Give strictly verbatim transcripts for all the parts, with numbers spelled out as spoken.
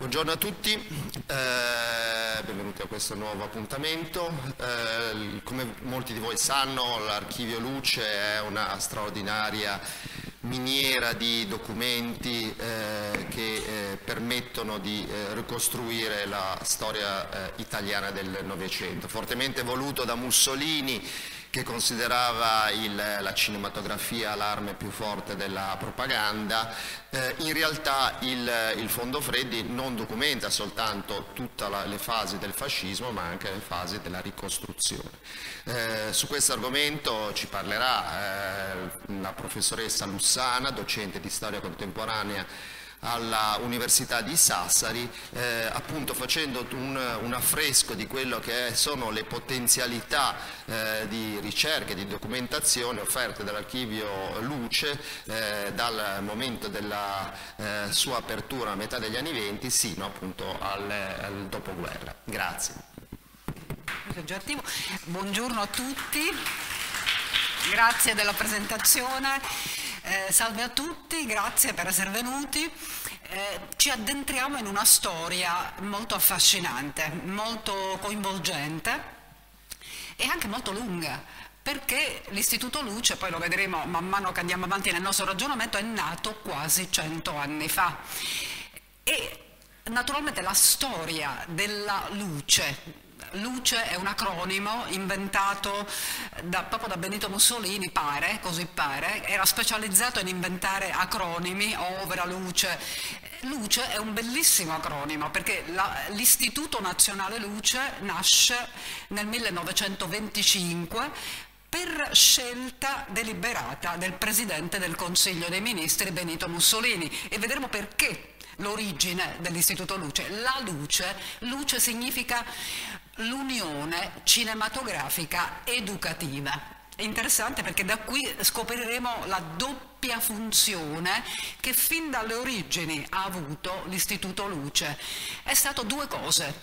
Buongiorno a tutti, eh, benvenuti a questo nuovo appuntamento. Eh, come molti di voi sanno, l'Archivio Luce è una straordinaria miniera di documenti eh, che eh, permettono di eh, ricostruire la storia eh, italiana del Novecento, fortemente voluto da Mussolini, che considerava il, la cinematografia l'arma più forte della propaganda. Eh, in realtà il, il Fondo Freddi non documenta soltanto tutte le fasi del fascismo, ma anche le fasi della ricostruzione. Eh, su questo argomento ci parlerà eh, la professoressa Lussana, docente di storia contemporanea alla Università di Sassari, eh, appunto facendo un, un affresco di quello che sono le potenzialità eh, di ricerca e di documentazione offerte dall'Archivio Luce eh, dal momento della eh, sua apertura a metà degli anni venti sino appunto al, al dopoguerra. Grazie. Buongiorno a tutti, grazie della presentazione. Eh, salve a tutti, grazie per essere venuti. Eh, ci addentriamo in una storia molto affascinante, molto coinvolgente e anche molto lunga, perché l'Istituto Luce, poi lo vedremo man mano che andiamo avanti nel nostro ragionamento, è nato quasi cento anni fa. E naturalmente la storia della luce, Luce è un acronimo inventato da, proprio da Benito Mussolini, pare, così pare, era specializzato in inventare acronimi, Opera Luce. Luce è un bellissimo acronimo perché l'Istituto Nazionale Luce nasce nel millenovecentoventicinque per scelta deliberata del Presidente del Consiglio dei Ministri Benito Mussolini, e vedremo perché l'origine dell'Istituto Luce. La luce, luce significa l'unione cinematografica educativa. È interessante perché da qui scopriremo la doppia funzione che fin dalle origini ha avuto l'Istituto Luce. È stato due cose,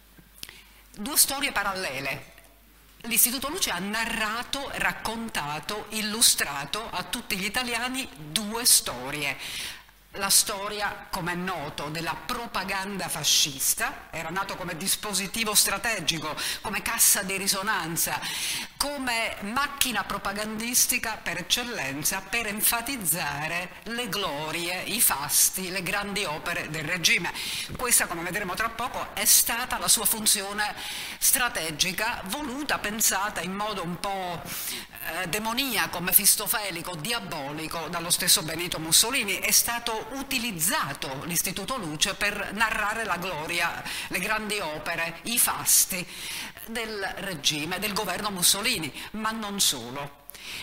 due storie parallele. L'Istituto Luce ha narrato, raccontato, illustrato a tutti gli italiani due storie. La storia, come è noto, della propaganda fascista, era nato come dispositivo strategico, come cassa di risonanza, come macchina propagandistica per eccellenza per enfatizzare le glorie, i fasti, le grandi opere del regime. Questa, come vedremo tra poco, è stata la sua funzione strategica, voluta, pensata in modo un po' eh, demoniaco, mefistofelico, diabolico dallo stesso Benito Mussolini. È stato utilizzato l'Istituto Luce per narrare la gloria, le grandi opere, i fasti del regime, del governo Mussolini, ma non solo.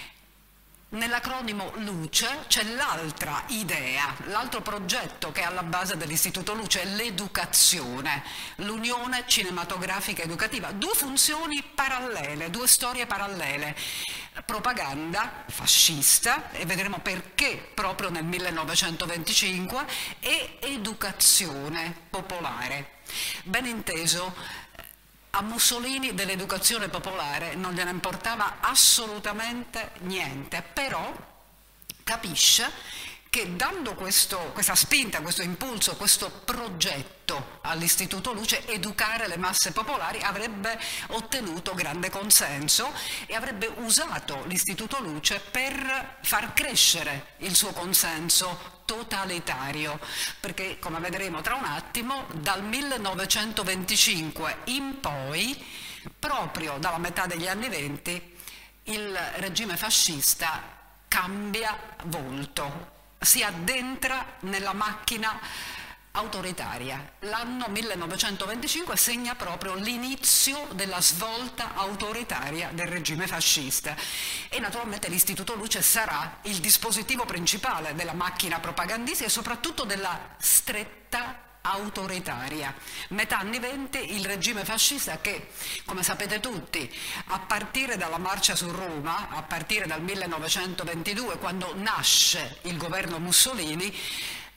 Nell'acronimo Luce c'è l'altra idea, l'altro progetto che è alla base dell'Istituto Luce, l'educazione, l'unione cinematografica educativa, due funzioni parallele, due storie parallele. Propaganda fascista, e vedremo perché proprio nel millenovecentoventicinque, e educazione popolare. Ben inteso, a Mussolini dell'educazione popolare non gliene importava assolutamente niente, però capisce che dando questo, questa spinta, questo impulso, questo progetto all'Istituto Luce, educare le masse popolari, avrebbe ottenuto grande consenso e avrebbe usato l'Istituto Luce per far crescere il suo consenso totalitario, perché, come vedremo tra un attimo, dal millenovecentoventicinque in poi, proprio dalla metà degli anni venti, il regime fascista cambia volto, si addentra nella macchina autoritaria. L'anno millenovecentoventicinque segna proprio l'inizio della svolta autoritaria del regime fascista e naturalmente l'Istituto Luce sarà il dispositivo principale della macchina propagandistica e soprattutto della stretta autoritaria. Metà anni venti, il regime fascista che, come sapete tutti, a partire dalla marcia su Roma, a partire dal millenovecentoventidue, quando nasce il governo Mussolini,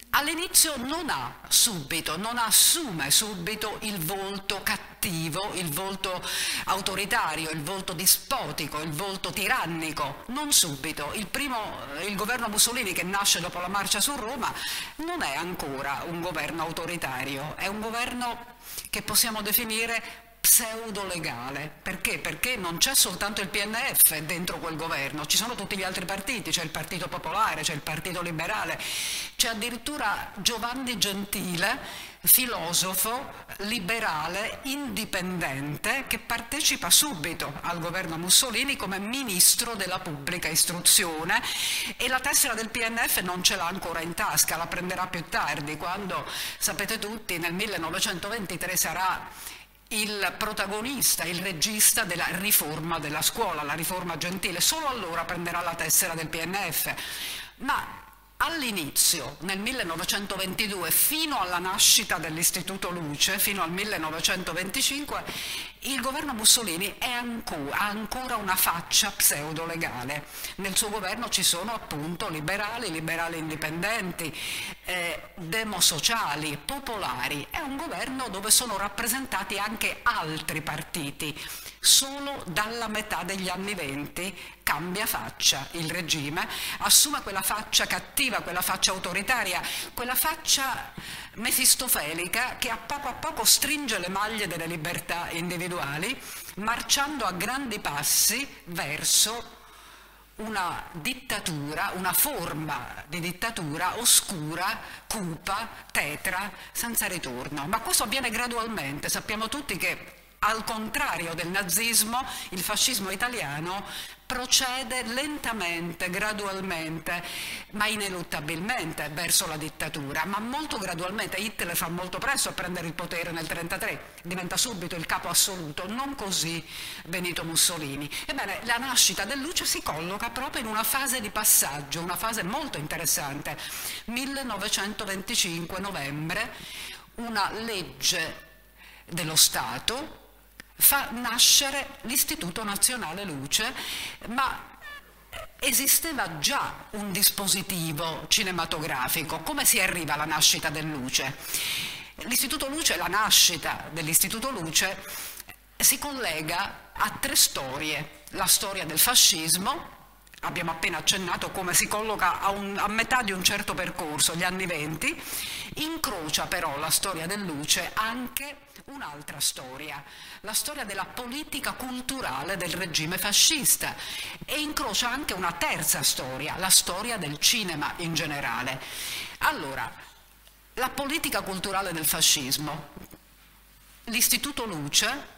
all'inizio non ha subito, non assume subito il volto cattivo, il volto autoritario, il volto dispotico, il volto tirannico, non subito. Il primo, il governo Mussolini, che nasce dopo la marcia su Roma, non è ancora un governo autoritario, è un governo che possiamo definire pseudo-legale. Perché? Perché non c'è soltanto il P N F dentro quel governo, ci sono tutti gli altri partiti, c'è il Partito Popolare, c'è il Partito Liberale, c'è addirittura Giovanni Gentile, filosofo, liberale, indipendente, che partecipa subito al governo Mussolini come ministro della pubblica istruzione, e la tessera del P N F non ce l'ha ancora in tasca, la prenderà più tardi, quando, sapete tutti, nel millenovecentoventitré sarà il protagonista, il regista della riforma della scuola, la riforma Gentile. Solo allora prenderà la tessera del P N F. Ma all'inizio, nel millenovecentoventidue, fino alla nascita dell'Istituto Luce, fino al millenovecentoventicinque, il governo Mussolini è ancora, ha ancora una faccia pseudo-legale. Nel suo governo ci sono appunto liberali, liberali indipendenti, eh, demosociali, popolari. È un governo dove sono rappresentati anche altri partiti. Solo dalla metà degli anni venti cambia faccia il regime, assume quella faccia cattiva, quella faccia autoritaria, quella faccia mefistofelica che a poco a poco stringe le maglie delle libertà individuali, marciando a grandi passi verso una dittatura, una forma di dittatura oscura, cupa, tetra, senza ritorno. Ma questo avviene gradualmente. Sappiamo tutti che, al contrario del nazismo, il fascismo italiano procede lentamente, gradualmente, ma ineluttabilmente verso la dittatura, ma molto gradualmente. Hitler fa molto presto a prendere il potere nel millenovecentotrentatré, diventa subito il capo assoluto, non così Benito Mussolini. Ebbene, la nascita del Luce si colloca proprio in una fase di passaggio, una fase molto interessante. millenovecentoventicinque, novembre, una legge dello Stato fa nascere l'Istituto Nazionale Luce, ma esisteva già un dispositivo cinematografico. Come si arriva alla nascita del Luce? L'Istituto Luce, la nascita dell'Istituto Luce si collega a tre storie: la storia del fascismo, abbiamo appena accennato come si colloca a, un, a metà di un certo percorso, gli anni venti, incrocia però la storia del Luce anche un'altra storia, la storia della politica culturale del regime fascista, e incrocia anche una terza storia, la storia del cinema in generale. Allora, la politica culturale del fascismo, l'Istituto Luce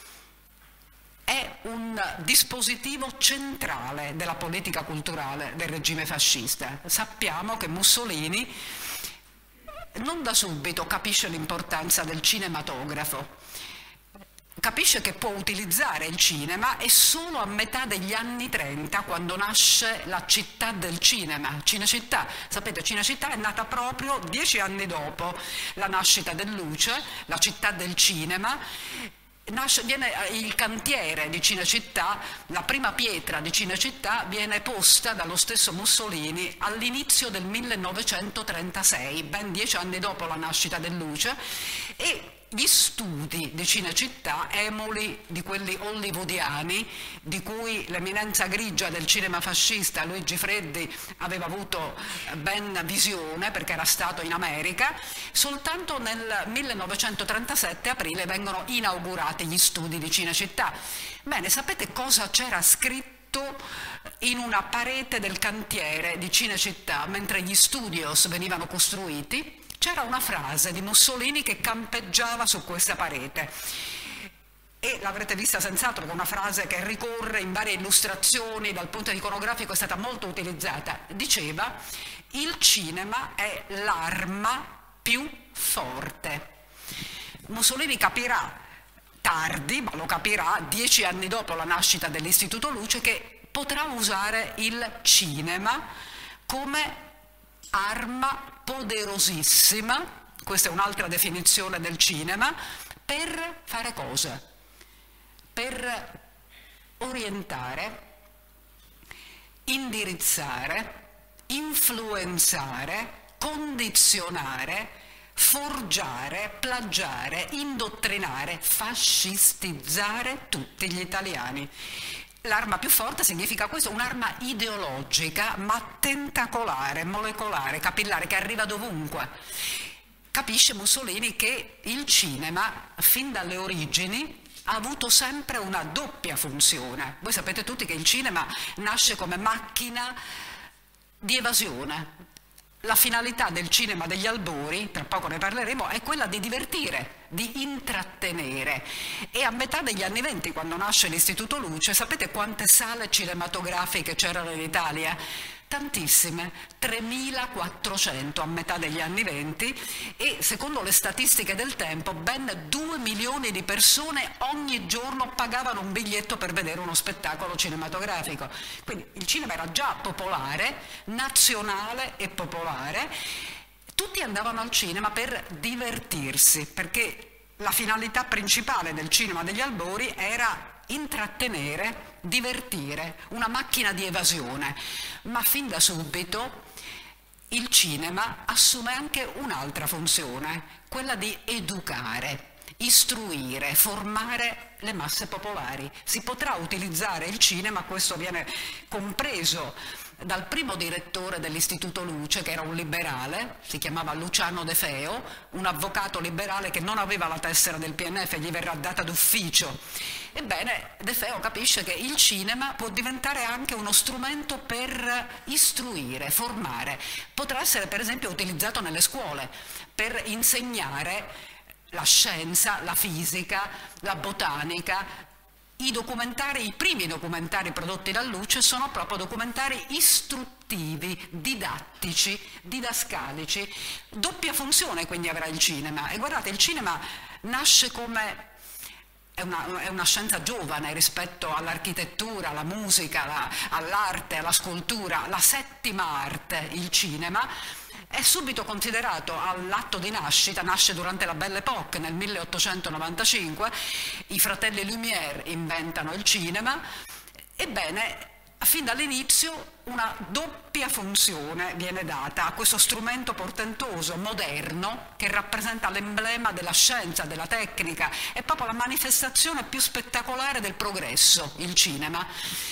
è un dispositivo centrale della politica culturale del regime fascista. Sappiamo che Mussolini non da subito capisce l'importanza del cinematografo, capisce che può utilizzare il cinema, e solo a metà degli anni trenta, quando nasce la città del cinema, Cinecittà. Sapete, Cinecittà è nata proprio dieci anni dopo la nascita del Luce, la città del cinema. Nasce, viene, il cantiere di Cinecittà, la prima pietra di Cinecittà viene posta dallo stesso Mussolini all'inizio del millenovecentotrentasei, ben dieci anni dopo la nascita del Luce, e gli studi di Cinecittà, emuli di quelli hollywoodiani, di cui l'eminenza grigia del cinema fascista Luigi Freddi aveva avuto ben visione perché era stato in America, soltanto nel millenovecentotrentasette, aprile, vengono inaugurati gli studi di Cinecittà. Bene, sapete cosa c'era scritto in una parete del cantiere di Cinecittà mentre gli studios venivano costruiti? C'era una frase di Mussolini che campeggiava su questa parete, e l'avrete vista senz'altro, che è una frase che ricorre in varie illustrazioni, dal punto iconografico è stata molto utilizzata. Diceva: il cinema è l'arma più forte. Mussolini capirà tardi, ma lo capirà dieci anni dopo la nascita dell'Istituto Luce, che potrà usare il cinema come arma poderosissima, questa è un'altra definizione del cinema, per fare cosa? Per orientare, indirizzare, influenzare condizionare, forgiare, plagiare, indottrinare, fascistizzare tutti gli italiani. L'arma più forte significa questo, un'arma ideologica ma tentacolare, molecolare, capillare, che arriva dovunque. Capisce Mussolini che il cinema, fin dalle origini, ha avuto sempre una doppia funzione. Voi sapete tutti che il cinema nasce come macchina di evasione. La finalità del cinema degli albori, tra poco ne parleremo, è quella di divertire, di intrattenere. E a metà degli anni venti, quando nasce l'Istituto Luce, sapete quante sale cinematografiche c'erano in Italia? Tantissime, tremilaquattrocento a metà degli anni venti, e secondo le statistiche del tempo ben due milioni di persone ogni giorno pagavano un biglietto per vedere uno spettacolo cinematografico. Quindi il cinema era già popolare, nazionale e popolare. Tutti andavano al cinema per divertirsi, perché la finalità principale del cinema degli albori era intrattenere, divertire, una macchina di evasione. Ma fin da subito il cinema assume anche un'altra funzione, quella di educare, istruire, formare le masse popolari. Si potrà utilizzare il cinema, questo viene compreso dal primo direttore dell'Istituto Luce, che era un liberale, si chiamava Luciano De Feo, un avvocato liberale che non aveva la tessera del P N F, gli verrà data d'ufficio. Ebbene, De Feo capisce che il cinema può diventare anche uno strumento per istruire, formare. Potrà essere per esempio utilizzato nelle scuole per insegnare la scienza, la fisica, la botanica. I documentari, i primi documentari prodotti da Luce sono proprio documentari istruttivi, didattici, didascalici. Doppia funzione quindi avrà il cinema. E guardate, il cinema nasce come... È una, è una scienza giovane rispetto all'architettura, alla musica, all'arte, alla scultura, la settima arte, il cinema. È subito considerato all'atto di nascita, nasce durante la Belle Époque nel milleottocentonovantacinque, i fratelli Lumière inventano il cinema. Ebbene, fin dall'inizio una doppia funzione viene data a questo strumento portentoso, moderno, che rappresenta l'emblema della scienza, della tecnica, è proprio la manifestazione più spettacolare del progresso, il cinema.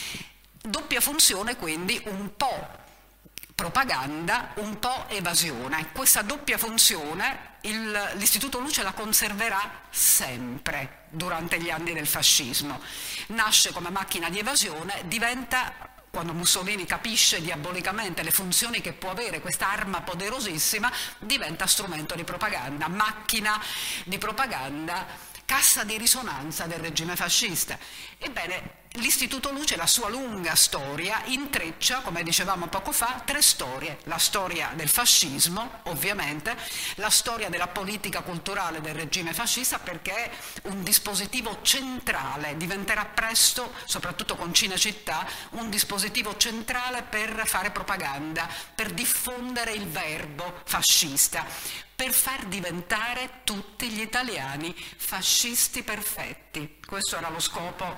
Doppia funzione quindi, un po' propaganda, un po' evasione. Questa doppia funzione l'Istituto Luce la conserverà sempre durante gli anni del fascismo. Nasce come macchina di evasione, diventa, quando Mussolini capisce diabolicamente le funzioni che può avere questa arma poderosissima, diventa strumento di propaganda, macchina di propaganda, cassa di risonanza del regime fascista. Ebbene, l'Istituto Luce, la sua lunga storia, intreccia, come dicevamo poco fa, tre storie. La storia del fascismo, ovviamente, la storia della politica culturale del regime fascista, perché è un dispositivo centrale, diventerà presto, soprattutto con Cinecittà, un dispositivo centrale per fare propaganda, per diffondere il verbo fascista, per far diventare tutti gli italiani fascisti perfetti. Questo era lo scopo.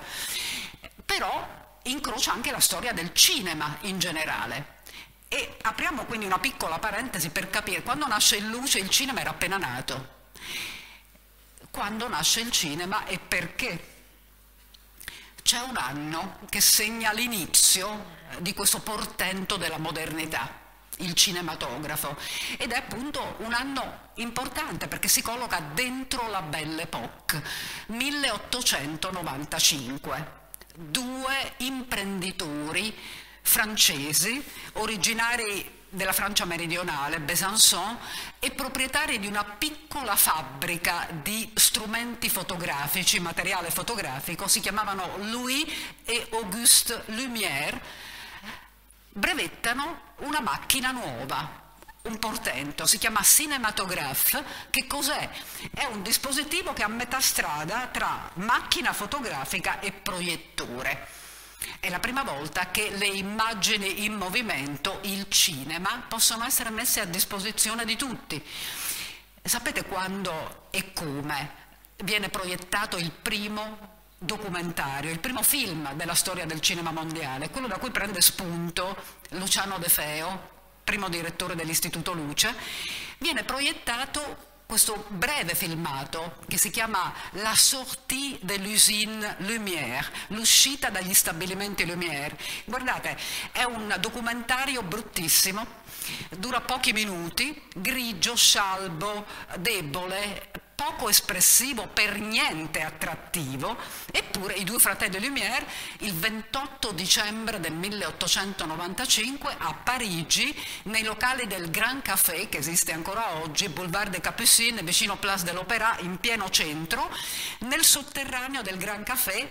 Però incrocia anche la storia del cinema in generale. E apriamo quindi una piccola parentesi per capire, quando nasce il Luce il cinema era appena nato. Quando nasce il cinema e perché? C'è un anno che segna l'inizio di questo portento della modernità, il cinematografo, ed è appunto un anno importante perché si colloca dentro la Belle Époque, milleottocentonovantacinque. Due imprenditori francesi, originari della Francia meridionale, Besançon, e proprietari di una piccola fabbrica di strumenti fotografici, materiale fotografico, si chiamavano Louis e Auguste Lumière, brevettano una macchina nuova, un portento, si chiama cinématographe. Che cos'è? È un dispositivo che è a metà strada tra macchina fotografica e proiettore. È la prima volta che le immagini in movimento, il cinema, possono essere messe a disposizione di tutti. Sapete quando e come viene proiettato il primo documentario, il primo film della storia del cinema mondiale, quello da cui prende spunto Luciano De Feo, primo direttore dell'Istituto Luce, viene proiettato questo breve filmato che si chiama La sortie de l'usine Lumière, l'uscita dagli stabilimenti Lumière. Guardate, è un documentario bruttissimo, dura pochi minuti, grigio, scialbo, debole, poco espressivo, per niente attrattivo, eppure i due fratelli Lumière il ventotto dicembre del milleottocentonovantacinque a Parigi, nei locali del Grand Café, che esiste ancora oggi, Boulevard des Capucines, vicino Place de l'Opéra, in pieno centro, nel sotterraneo del Grand Café,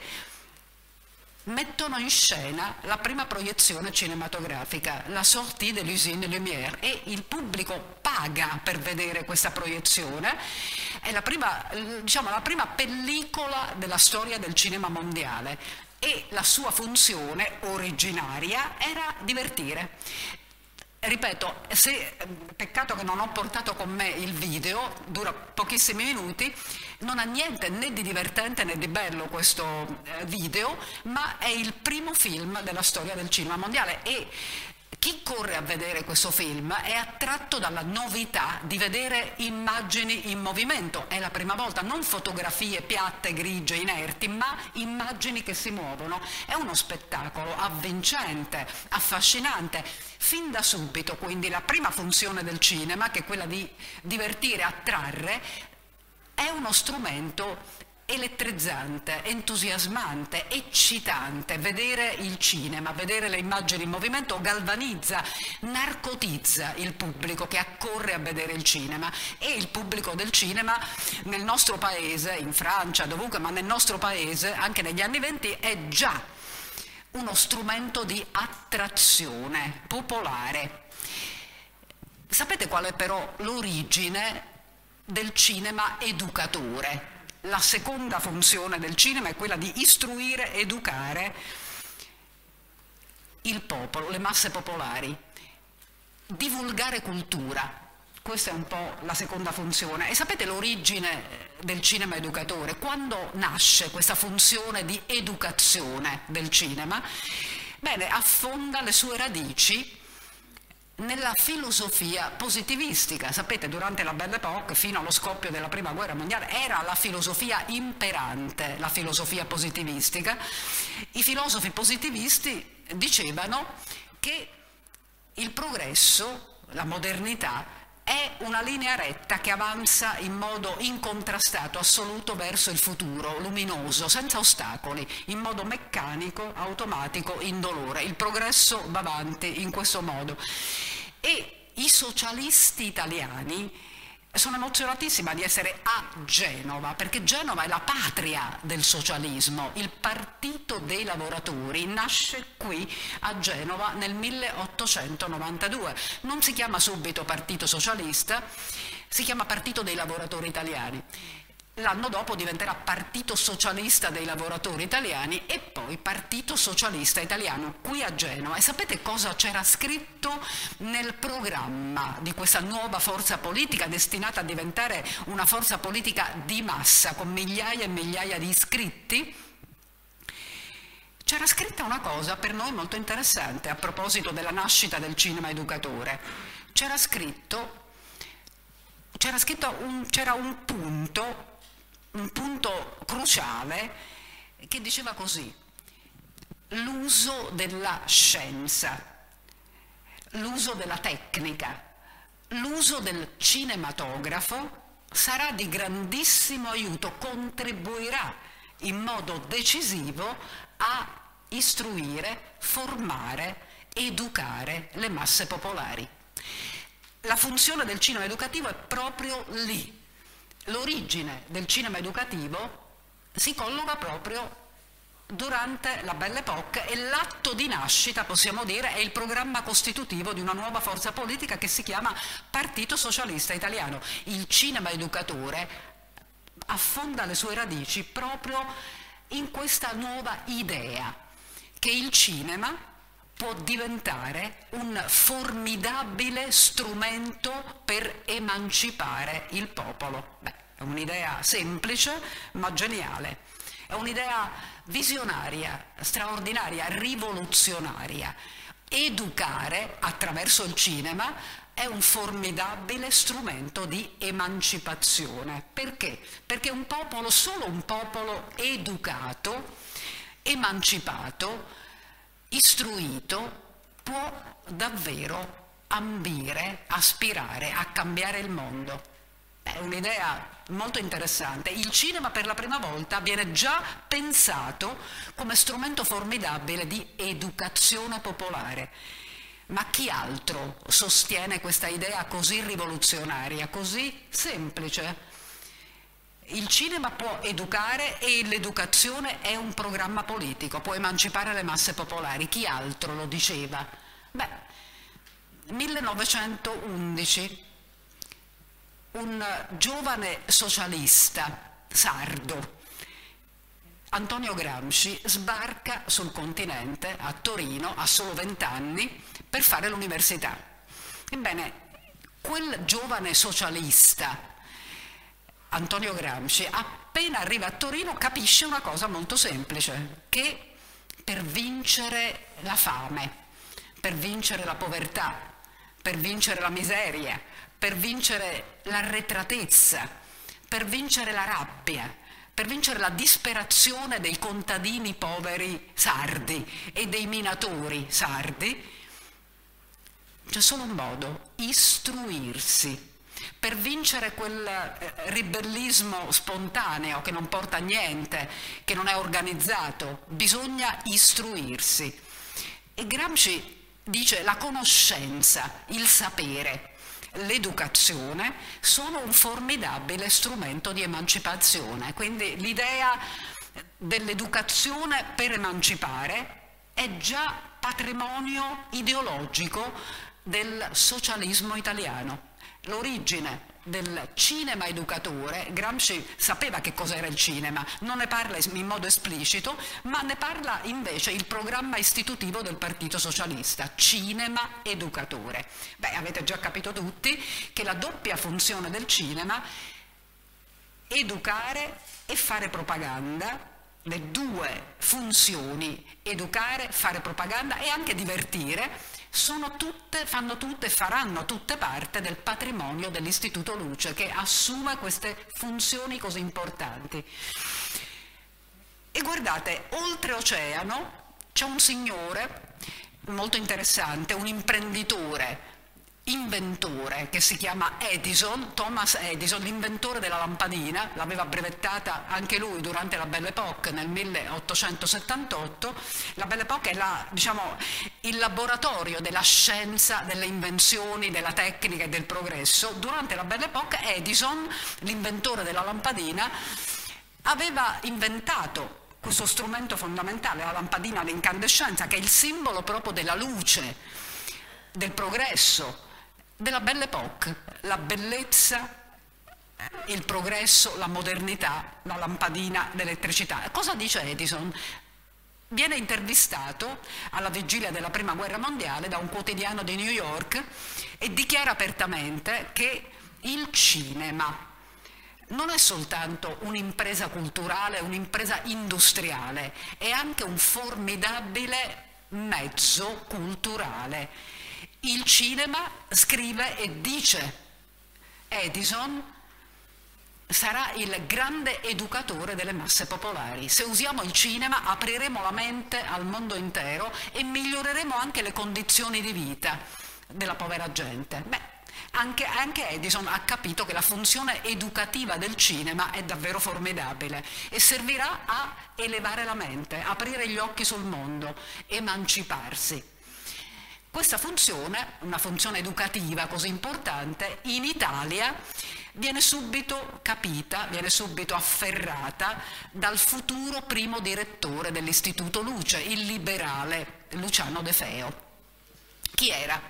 mettono in scena la prima proiezione cinematografica, La sortie de l'usine Lumière, e il pubblico paga per vedere questa proiezione. È la prima, diciamo, la prima pellicola della storia del cinema mondiale e la sua funzione originaria era divertire. Ripeto, se, peccato che non ho portato con me il video, dura pochissimi minuti, non ha niente né di divertente né di bello questo video, ma è il primo film della storia del cinema mondiale e chi corre a vedere questo film è attratto dalla novità di vedere immagini in movimento. È la prima volta, non fotografie piatte, grigie, inerti, ma immagini che si muovono. È uno spettacolo avvincente, affascinante. Fin da subito, quindi, la prima funzione del cinema, che è quella di divertire, attrarre, è uno strumento elettrizzante, entusiasmante, eccitante. Vedere il cinema, vedere le immagini in movimento galvanizza, narcotizza il pubblico che accorre a vedere il cinema, e il pubblico del cinema nel nostro paese, in Francia, dovunque, ma nel nostro paese, anche negli anni venti, è già uno strumento di attrazione popolare. Sapete qual è però l'origine del cinema educatore? La seconda funzione del cinema è quella di istruire, educare il popolo, le masse popolari, divulgare cultura. Questa è un po' la seconda funzione. E sapete l'origine del cinema educatore? Quando nasce questa funzione di educazione del cinema? Bene, affonda le sue radici nella filosofia positivistica. Sapete, durante la Belle Époque, fino allo scoppio della Prima Guerra Mondiale, era la filosofia imperante, la filosofia positivistica. I filosofi positivisti dicevano che il progresso, la modernità, è una linea retta che avanza in modo incontrastato, assoluto, verso il futuro, luminoso, senza ostacoli, in modo meccanico, automatico, indolore. Il progresso va avanti in questo modo. E i socialisti italiani sono emozionatissima di essere a Genova, perché Genova è la patria del socialismo. Il Partito dei Lavoratori nasce qui a Genova nel milleottocentonovantadue. Non si chiama subito Partito Socialista, si chiama Partito dei Lavoratori Italiani. L'anno dopo diventerà Partito Socialista dei Lavoratori Italiani e poi Partito Socialista Italiano qui a Genova. E sapete cosa c'era scritto nel programma di questa nuova forza politica destinata a diventare una forza politica di massa con migliaia e migliaia di iscritti? C'era scritta una cosa per noi molto interessante a proposito della nascita del cinema educatore. C'era scritto, c'era scritto un, c'era un punto un punto cruciale che diceva così: l'uso della scienza, l'uso della tecnica, l'uso del cinematografo sarà di grandissimo aiuto, contribuirà in modo decisivo a istruire, formare, educare le masse popolari. La funzione del cinema educativo è proprio lì. L'origine del cinema educativo si colloca proprio durante la Belle Époque e l'atto di nascita, possiamo dire, è il programma costitutivo di una nuova forza politica che si chiama Partito Socialista Italiano. Il cinema educatore affonda le sue radici proprio in questa nuova idea che il cinema può diventare un formidabile strumento per emancipare il popolo. Beh, è un'idea semplice ma geniale, è un'idea visionaria, straordinaria, rivoluzionaria. educare attraverso il cinema è un formidabile strumento di emancipazione. Perché? Perché un popolo, solo un popolo educato, emancipato, istruito, può davvero ambire, aspirare a cambiare il mondo. È un'idea molto interessante. Il cinema per la prima volta viene già pensato come strumento formidabile di educazione popolare. Ma chi altro sostiene questa idea così rivoluzionaria, così semplice? Il cinema può educare e l'educazione è un programma politico, può emancipare le masse popolari. Chi altro lo diceva? Beh, millenovecentoundici, un giovane socialista sardo, Antonio Gramsci, sbarca sul continente, a Torino, a solo vent'anni, per fare l'università. Ebbene, quel giovane socialista, Antonio Gramsci, appena arriva a Torino capisce una cosa molto semplice, che per vincere la fame, per vincere la povertà, per vincere la miseria, per vincere l'arretratezza, per vincere la rabbia, per vincere la disperazione dei contadini poveri sardi e dei minatori sardi, c'è solo un modo: istruirsi. Per vincere quel ribellismo spontaneo che non porta a niente, che non è organizzato, bisogna istruirsi. E Gramsci dice: la conoscenza, il sapere, l'educazione sono un formidabile strumento di emancipazione. Quindi l'idea dell'educazione per emancipare è già patrimonio ideologico del socialismo italiano. L'origine del cinema educatore, Gramsci sapeva che cos'era il cinema, non ne parla in modo esplicito, ma ne parla invece il programma istitutivo del Partito Socialista, cinema educatore. Beh, avete già capito tutti che la doppia funzione del cinema, educare e fare propaganda, le due funzioni, educare, fare propaganda e anche divertire, sono tutte, fanno tutte e faranno tutte parte del patrimonio dell'Istituto Luce, che assume queste funzioni così importanti. E guardate, oltreoceano c'è un signore molto interessante, un imprenditore, inventore, che si chiama Edison, Thomas Edison, l'inventore della lampadina. L'aveva brevettata anche lui durante la Belle Époque nel milleottocentosettantotto. La Belle Époque è la, diciamo, il laboratorio della scienza, delle invenzioni, della tecnica e del progresso. Durante la Belle Époque Edison, l'inventore della lampadina, aveva inventato questo strumento fondamentale, la lampadina ad incandescenza, che è il simbolo proprio della luce, del progresso, della Belle Époque, la bellezza, il progresso, la modernità, la lampadina d'elettricità. Cosa dice Edison? Viene intervistato alla vigilia della Prima Guerra Mondiale da un quotidiano di New York e dichiara apertamente che il cinema non è soltanto un'impresa culturale, un'impresa industriale, è anche un formidabile mezzo culturale. Il cinema, scrive e dice Edison, sarà il grande educatore delle masse popolari. Se usiamo il cinema apriremo la mente al mondo intero e miglioreremo anche le condizioni di vita della povera gente. Beh, anche, anche Edison ha capito che la funzione educativa del cinema è davvero formidabile e servirà a elevare la mente, aprire gli occhi sul mondo, emanciparsi. Questa funzione, una funzione educativa così importante, in Italia viene subito capita, viene subito afferrata dal futuro primo direttore dell'Istituto Luce, il liberale Luciano De Feo. Chi era?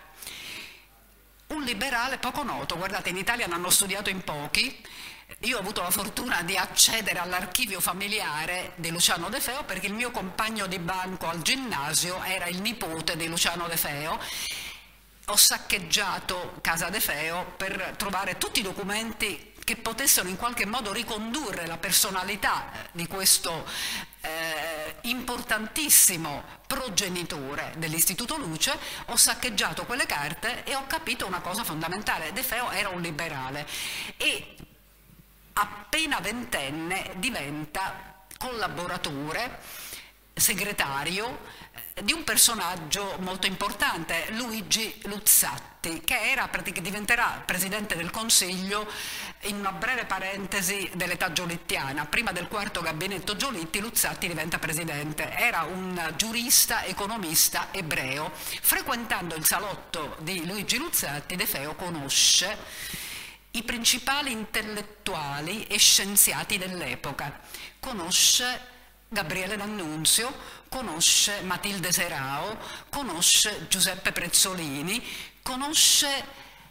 Un liberale poco noto. Guardate, in Italia ne hanno studiato in pochi. Io ho avuto la fortuna di accedere all'archivio familiare di Luciano De Feo perché il mio compagno di banco al ginnasio era il nipote di Luciano De Feo. Ho saccheggiato casa De Feo per trovare tutti i documenti che potessero in qualche modo ricondurre la personalità di questo eh, importantissimo progenitore dell'Istituto Luce, ho saccheggiato quelle carte e ho capito una cosa fondamentale: De Feo era un liberale e appena ventenne diventa collaboratore, segretario di un personaggio molto importante, Luigi Luzzatti, che era, che diventerà presidente del Consiglio in una breve parentesi dell'età giolittiana. Prima del quarto gabinetto Giolitti, Luzzatti diventa presidente. Era un giurista, economista ebreo. Frequentando il salotto di Luigi Luzzatti, De Feo conosce i principali intellettuali e scienziati dell'epoca. Conosce Gabriele D'Annunzio, conosce Matilde Serao, conosce Giuseppe Prezzolini, conosce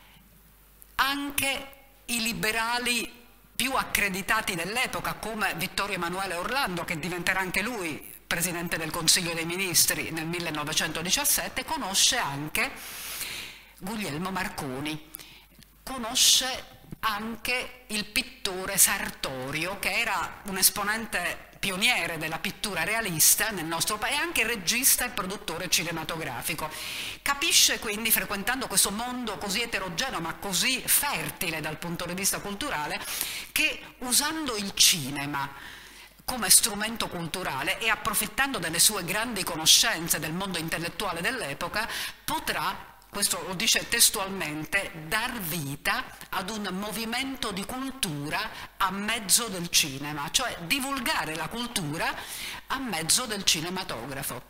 anche i liberali più accreditati dell'epoca come Vittorio Emanuele Orlando, che diventerà anche lui presidente del Consiglio dei Ministri nel millenovecentodiciassette, conosce anche Guglielmo Marconi, conosce anche il pittore Sartorio, che era un esponente pioniere della pittura realista nel nostro paese, e anche regista e produttore cinematografico. Capisce quindi, frequentando questo mondo così eterogeneo ma così fertile dal punto di vista culturale, che usando il cinema come strumento culturale e approfittando delle sue grandi conoscenze del mondo intellettuale dell'epoca, potrà, questo lo dice testualmente, dar vita ad un movimento di cultura a mezzo del cinema, cioè divulgare la cultura a mezzo del cinematografo.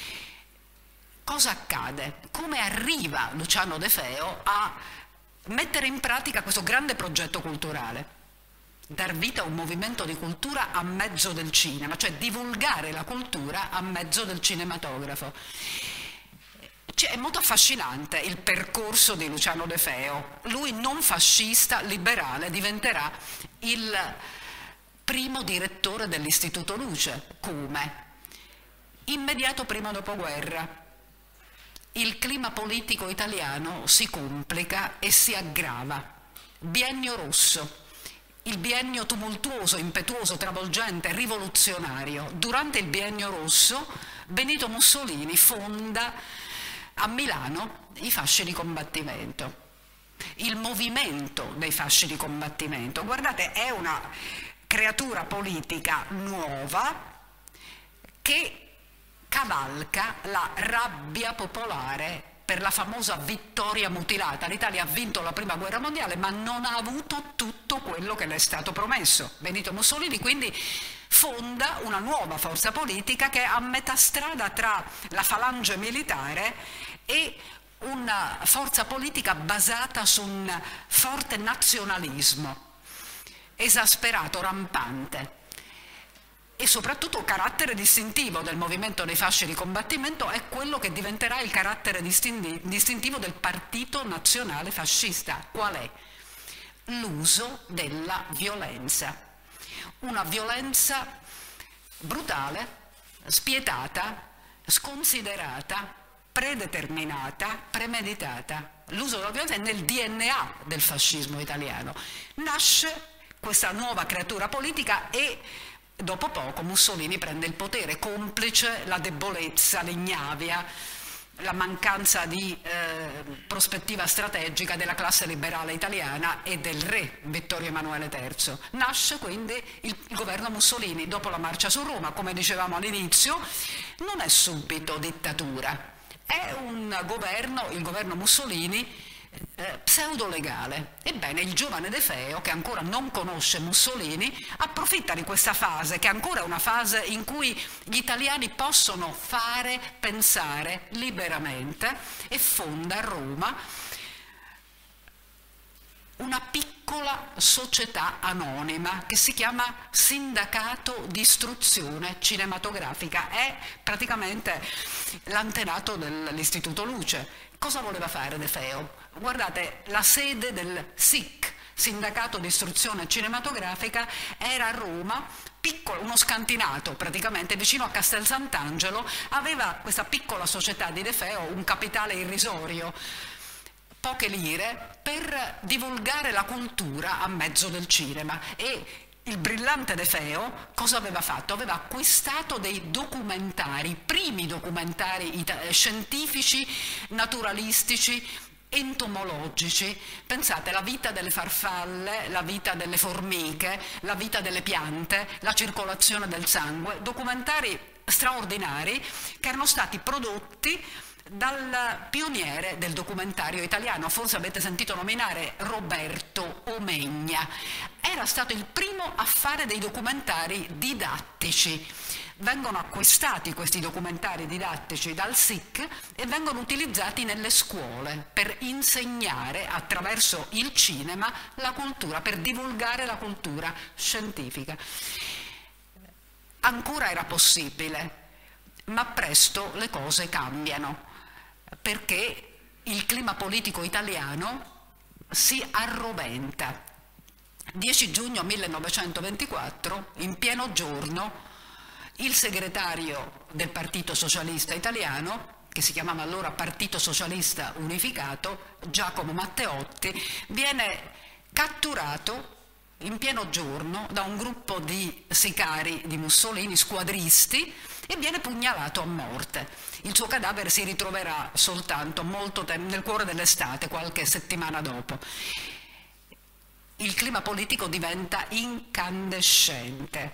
Cosa accade? Come arriva Luciano De Feo a mettere in pratica questo grande progetto culturale? Dar vita a un movimento di cultura a mezzo del cinema, cioè divulgare la cultura a mezzo del cinematografo. È molto affascinante il percorso di Luciano De Feo. Lui, non fascista, liberale, diventerà il primo direttore dell'Istituto Luce. Come? Immediato prima dopoguerra. Il clima politico italiano si complica e si aggrava. Biennio rosso. Il biennio tumultuoso, impetuoso, travolgente, rivoluzionario. Durante il biennio rosso Benito Mussolini fonda a Milano i fasci di combattimento, il movimento dei fasci di combattimento. Guardate, è una creatura politica nuova che cavalca la rabbia popolare per la famosa vittoria mutilata. L'Italia ha vinto la prima guerra mondiale ma non ha avuto tutto quello che le è stato promesso. Benito Mussolini quindi fonda una nuova forza politica che è a metà strada tra la falange militare e una forza politica basata su un forte nazionalismo esasperato, rampante. E soprattutto carattere distintivo del movimento dei fasci di combattimento è quello che diventerà il carattere distintivo del Partito Nazionale Fascista. Qual è? L'uso della violenza. Una violenza brutale, spietata, sconsiderata, predeterminata, premeditata. L'uso della violenza è nel D N A del fascismo italiano. Nasce questa nuova creatura politica e dopo poco Mussolini prende il potere, complice la debolezza, l'ignavia, la mancanza di eh, prospettiva strategica della classe liberale italiana e del re Vittorio Emanuele terzo. Nasce quindi il, il governo Mussolini. Dopo la marcia su Roma, come dicevamo all'inizio, non è subito dittatura, è un governo, il governo Mussolini, Eh, pseudo-legale. Ebbene, il giovane De Feo, che ancora non conosce Mussolini, approfitta di questa fase, che è ancora una fase in cui gli italiani possono fare, pensare liberamente, e fonda a Roma una piccola società anonima che si chiama Sindacato di Istruzione Cinematografica. È praticamente l'antenato dell'Istituto Luce. Cosa voleva fare De Feo? Guardate, la sede del S I C, Sindacato di Istruzione Cinematografica, era a Roma, piccolo, uno scantinato praticamente, vicino a Castel Sant'Angelo. Aveva questa piccola società di De Feo un capitale irrisorio, poche lire, per divulgare la cultura a mezzo del cinema, e il brillante De Feo cosa aveva fatto? Aveva acquistato dei documentari, primi documentari scientifici, naturalistici, entomologici. Pensate, la vita delle farfalle, la vita delle formiche, la vita delle piante, la circolazione del sangue, documentari straordinari che erano stati prodotti dal pioniere del documentario italiano. Forse avete sentito nominare Roberto Omegna. Era stato il primo a fare dei documentari didattici. Vengono acquistati questi documentari didattici dal S I C e vengono utilizzati nelle scuole per insegnare attraverso il cinema la cultura, per divulgare la cultura scientifica. Ancora era possibile, ma presto le cose cambiano, perché il clima politico italiano si arroventa. dieci giugno millenovecentoventiquattro, in pieno giorno, il segretario del Partito Socialista Italiano, che si chiamava allora Partito Socialista Unificato, Giacomo Matteotti, viene catturato in pieno giorno da un gruppo di sicari di Mussolini, squadristi, e viene pugnalato a morte. Il suo cadavere si ritroverà soltanto molto tempo, nel cuore dell'estate, qualche settimana dopo. Il clima politico diventa incandescente.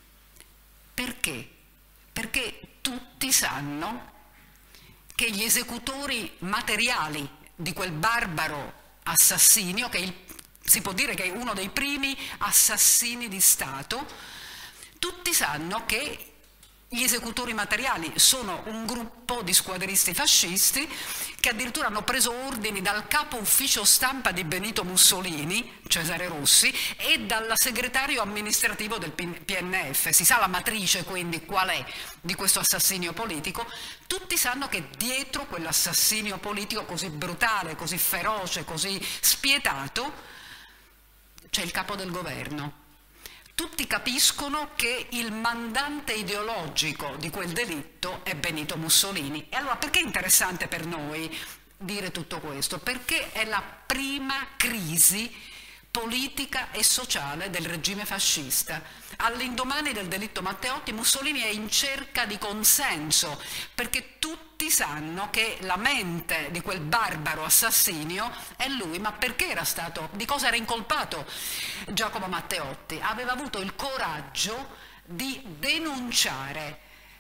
Perché? Perché tutti sanno che gli esecutori materiali di quel barbaro assassinio, che il, si può dire che è uno dei primi assassini di Stato, tutti sanno che gli esecutori materiali sono un gruppo di squadristi fascisti che addirittura hanno preso ordini dal capo ufficio stampa di Benito Mussolini, Cesare Rossi, e dal segretario amministrativo del P N F. Si sa la matrice quindi qual è di questo assassinio politico. Tutti sanno che dietro quell'assassinio politico così brutale, così feroce, così spietato, c'è il capo del governo. Tutti capiscono che il mandante ideologico di quel delitto è Benito Mussolini. E allora perché è interessante per noi dire tutto questo? Perché è la prima crisi politica e sociale del regime fascista. All'indomani del delitto Matteotti, Mussolini è in cerca di consenso, perché tutti sanno che la mente di quel barbaro assassinio è lui. Ma perché era stato, di cosa era incolpato Giacomo Matteotti? Aveva avuto il coraggio di denunciare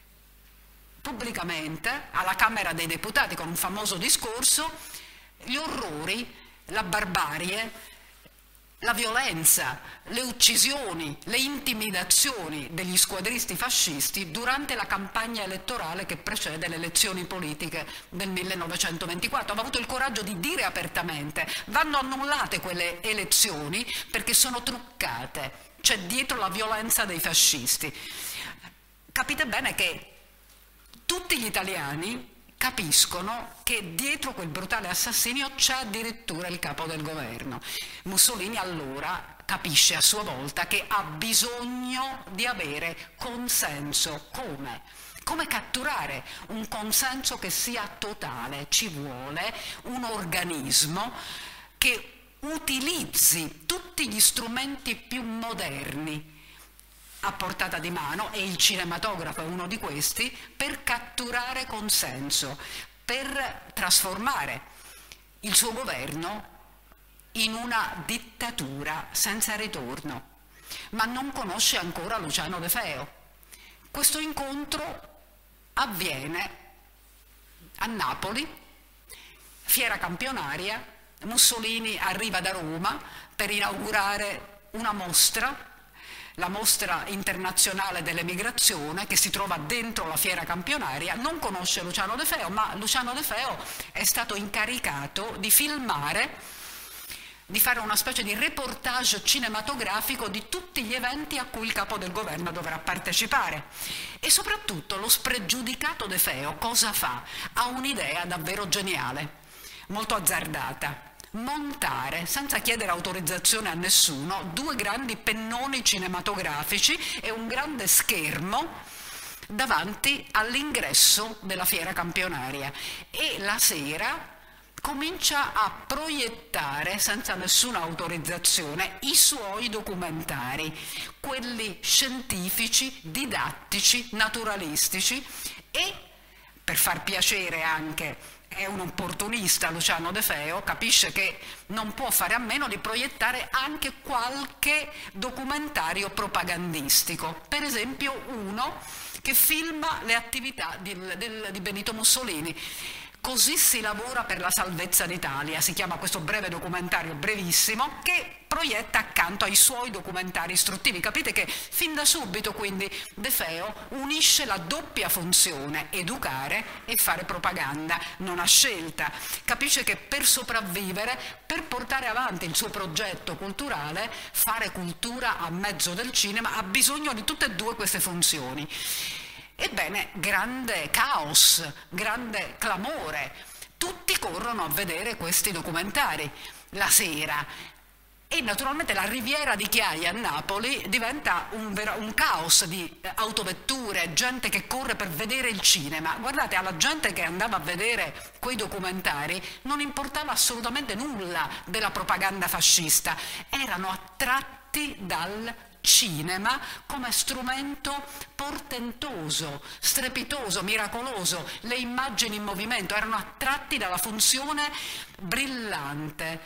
pubblicamente alla Camera dei Deputati, con un famoso discorso, gli orrori, la barbarie, la violenza, le uccisioni, le intimidazioni degli squadristi fascisti durante la campagna elettorale che precede le elezioni politiche del millenovecentoventiquattro. Aveva avuto il coraggio di dire apertamente: vanno annullate quelle elezioni perché sono truccate, c'è dietro la violenza dei fascisti. Capite bene che tutti gli italiani capiscono che dietro quel brutale assassinio c'è addirittura il capo del governo. Mussolini allora capisce a sua volta che ha bisogno di avere consenso. Come? Come catturare un consenso che sia totale? Ci vuole un organismo che utilizzi tutti gli strumenti più moderni a portata di mano, e il cinematografo è uno di questi, per catturare consenso, per trasformare il suo governo in una dittatura senza ritorno. Ma non conosce ancora Luciano De Feo. Questo incontro avviene a Napoli, fiera campionaria. Mussolini arriva da Roma per inaugurare una mostra, la mostra internazionale dell'emigrazione, che si trova dentro la fiera campionaria. Non conosce Luciano De Feo, ma Luciano De Feo è stato incaricato di filmare, di fare una specie di reportage cinematografico di tutti gli eventi a cui il capo del governo dovrà partecipare. E soprattutto lo spregiudicato De Feo cosa fa? Ha un'idea davvero geniale, molto azzardata: montare, senza chiedere autorizzazione a nessuno, due grandi pennoni cinematografici e un grande schermo davanti all'ingresso della fiera campionaria, e la sera comincia a proiettare senza nessuna autorizzazione i suoi documentari. quelli scientifici, didattici, naturalistici e, per far piacere anche, è un opportunista Luciano De Feo, capisce che non può fare a meno di proiettare anche qualche documentario propagandistico, per esempio uno che filma le attività di, del, di Benito Mussolini. Così si lavora per la salvezza d'Italia, si chiama questo breve documentario brevissimo che proietta accanto ai suoi documentari istruttivi. Capite che fin da subito quindi De Feo unisce la doppia funzione, educare e fare propaganda, non ha scelta. Capisce che per sopravvivere, per portare avanti il suo progetto culturale, fare cultura a mezzo del cinema, ha bisogno di tutte e due queste funzioni. Ebbene, grande caos, grande clamore, tutti corrono a vedere questi documentari la sera e naturalmente la Riviera di Chiaia a Napoli diventa un, un caos di autovetture, gente che corre per vedere il cinema. Guardate, alla gente che andava a vedere quei documentari non importava assolutamente nulla della propaganda fascista, erano attratti dal cinema come strumento portentoso, strepitoso, miracoloso. Le immagini in movimento erano attratti dalla funzione brillante,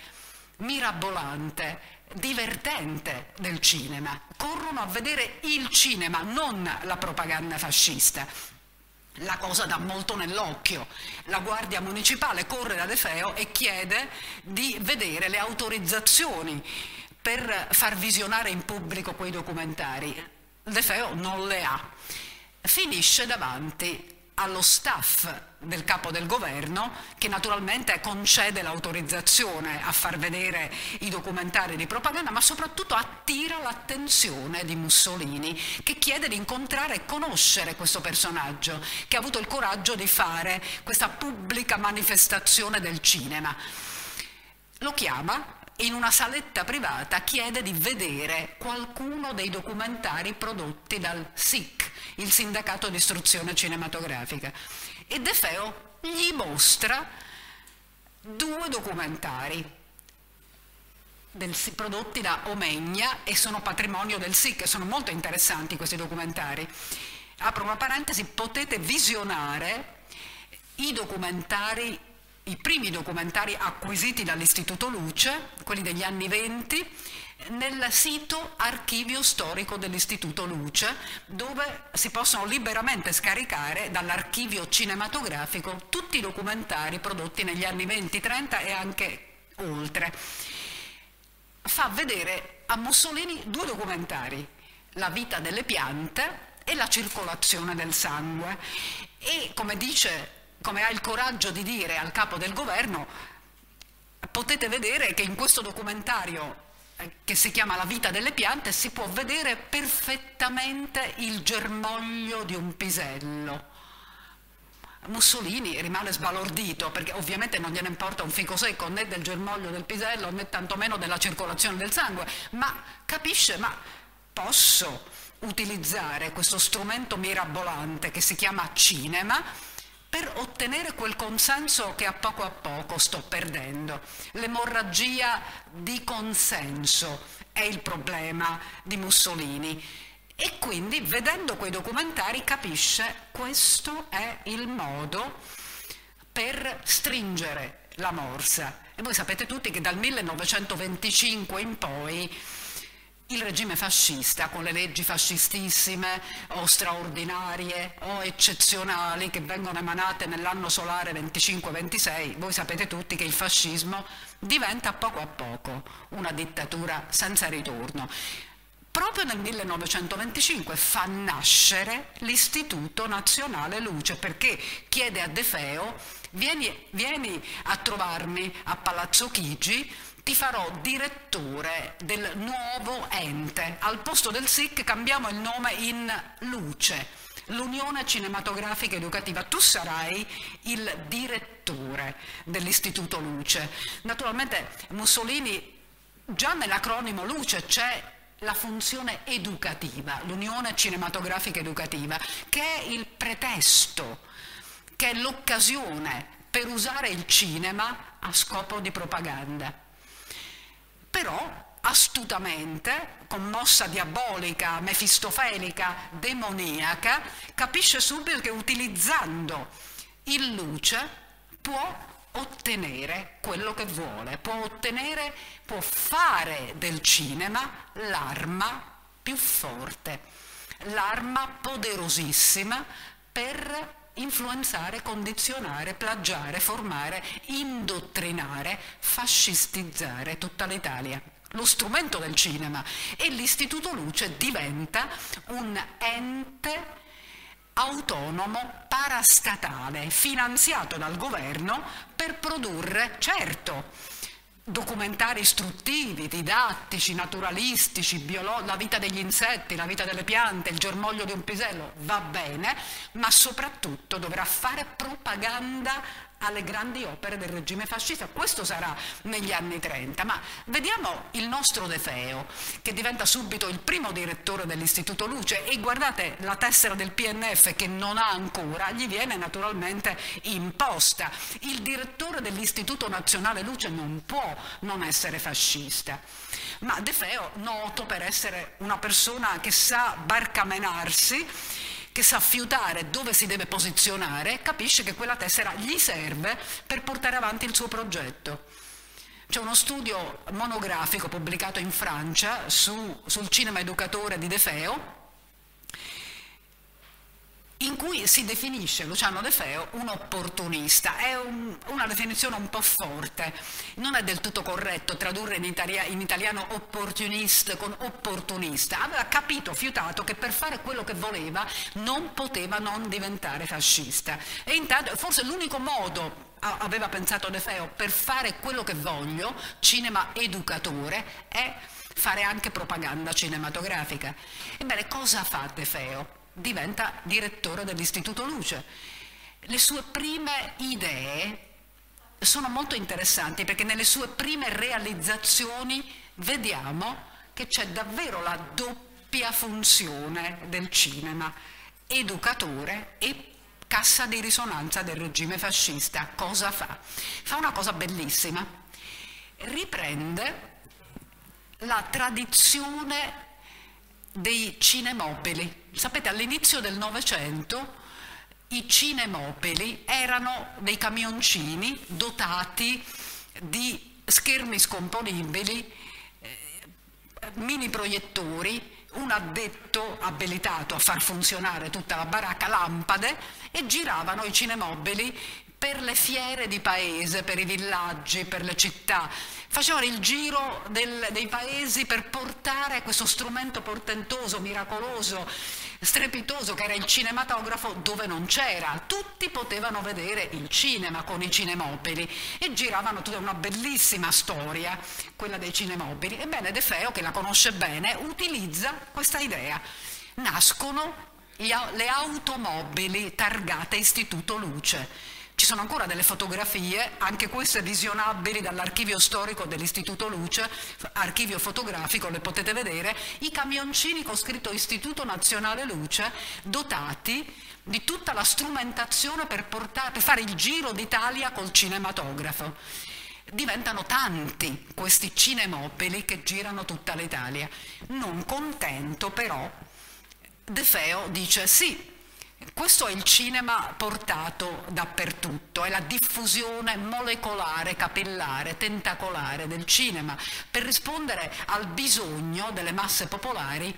mirabolante, divertente del cinema. Corrono a vedere il cinema, non la propaganda fascista. La cosa dà molto nell'occhio. La Guardia Municipale corre da De Feo e chiede di vedere le autorizzazioni per far visionare in pubblico quei documentari. De Feo non le ha. Finisce davanti allo staff del capo del governo, che naturalmente concede l'autorizzazione a far vedere i documentari di propaganda, ma soprattutto attira l'attenzione di Mussolini, che chiede di incontrare e conoscere questo personaggio, che ha avuto il coraggio di fare questa pubblica manifestazione del cinema. Lo chiama in una saletta privata, chiede di vedere qualcuno dei documentari prodotti dal S I C, il Sindacato di Istruzione Cinematografica, e De Feo gli mostra due documentari del, prodotti da Omegna e sono patrimonio del S I C, sono molto interessanti questi documentari. Apro una parentesi, potete visionare i documentari, i primi documentari acquisiti dall'Istituto Luce, quelli degli anni venti, nel sito archivio storico dell'Istituto Luce, dove si possono liberamente scaricare dall'archivio cinematografico tutti i documentari prodotti negli anni venti trenta e anche oltre. Fa vedere a Mussolini due documentari, La vita delle piante e La circolazione del sangue, e come dice come ha il coraggio di dire al capo del governo, potete vedere che in questo documentario che si chiama La vita delle piante si può vedere perfettamente il germoglio di un pisello. Mussolini rimane sbalordito, perché ovviamente non gliene importa un fico secco né del germoglio del pisello né tantomeno della circolazione del sangue, ma capisce, ma posso utilizzare questo strumento mirabolante che si chiama cinema per ottenere quel consenso che a poco a poco sto perdendo. L'emorragia di consenso è il problema di Mussolini e quindi, vedendo quei documentari, capisce questo è il modo per stringere la morsa. E voi sapete tutti che dal millenovecentoventicinque in poi il regime fascista, con le leggi fascistissime o straordinarie o eccezionali che vengono emanate nell'anno solare venticinque ventisei, voi sapete tutti che il fascismo diventa a poco a poco una dittatura senza ritorno. Proprio nel millenovecentoventicinque fa nascere l'Istituto Nazionale Luce, perché chiede a De Feo: vieni, vieni a trovarmi a Palazzo Chigi, ti farò direttore del nuovo ente. Al posto del S I C cambiamo il nome in Luce, l'Unione Cinematografica Educativa. Tu sarai il direttore dell'Istituto Luce. Naturalmente Mussolini, già nell'acronimo Luce c'è la funzione educativa, l'Unione Cinematografica Educativa, che è il pretesto, che è l'occasione per usare il cinema a scopo di propaganda. Però astutamente, con mossa diabolica, mefistofelica, demoniaca, capisce subito che utilizzando il luce può ottenere quello che vuole, può ottenere, può fare del cinema l'arma più forte, l'arma poderosissima per influenzare, condizionare, plagiare, formare, indottrinare, fascistizzare tutta l'Italia. Lo strumento del cinema, e l'Istituto Luce diventa un ente autonomo parastatale finanziato dal governo per produrre, certo, documentari istruttivi, didattici, naturalistici, biolo- la vita degli insetti, la vita delle piante, il germoglio di un pisello, va bene, ma soprattutto dovrà fare propaganda alle grandi opere del regime fascista. Questo sarà negli anni trenta, ma vediamo il nostro De Feo, che diventa subito il primo direttore dell'Istituto Luce, e guardate la tessera del P N F che non ha ancora, gli viene naturalmente imposta. Il direttore dell'Istituto Nazionale Luce non può non essere fascista, ma De Feo, noto per essere una persona che sa barcamenarsi, che sa fiutare dove si deve posizionare, capisce che quella tessera gli serve per portare avanti il suo progetto. C'è uno studio monografico pubblicato in Francia su, sul cinema educatore di De Feo, in cui si definisce Luciano De Feo un opportunista. È un, una definizione un po' forte, non è del tutto corretto tradurre in, italia, in italiano opportunist con opportunista. Aveva capito, fiutato, che per fare quello che voleva non poteva non diventare fascista, e intanto forse l'unico modo, aveva pensato De Feo, per fare quello che voglio, cinema educatore, è fare anche propaganda cinematografica. Ebbene, cosa fa De Feo? Diventa direttore dell'Istituto Luce. Le sue prime idee sono molto interessanti, perché nelle sue prime realizzazioni vediamo che c'è davvero la doppia funzione del cinema, educatore e cassa di risonanza del regime fascista. Cosa fa? Fa una cosa bellissima: riprende la tradizione dei cinemopoli. Sapete, all'inizio del Novecento i cinemopoli erano dei camioncini dotati di schermi scomponibili, eh, mini proiettori, un addetto abilitato a far funzionare tutta la baracca, lampade, e giravano i cinemobili per le fiere di paese, per i villaggi, per le città. Facevano il giro del, dei paesi per portare questo strumento portentoso, miracoloso, strepitoso, che era il cinematografo, dove non c'era. Tutti potevano vedere il cinema con i cinemopoli, e giravano tutta una bellissima storia, quella dei cinemopoli. Ebbene, De Feo, che la conosce bene, utilizza questa idea. Nascono le automobili targate Istituto Luce. Ci sono ancora delle fotografie, anche queste visionabili dall'archivio storico dell'Istituto Luce, archivio fotografico, le potete vedere, i camioncini con scritto Istituto Nazionale Luce, dotati di tutta la strumentazione per, portare, per fare il giro d'Italia col cinematografo. Diventano tanti questi cinemopoli che girano tutta l'Italia. Non contento, però, De Feo dice sì, questo è il cinema portato dappertutto, è la diffusione molecolare, capillare, tentacolare del cinema, per rispondere al bisogno delle masse popolari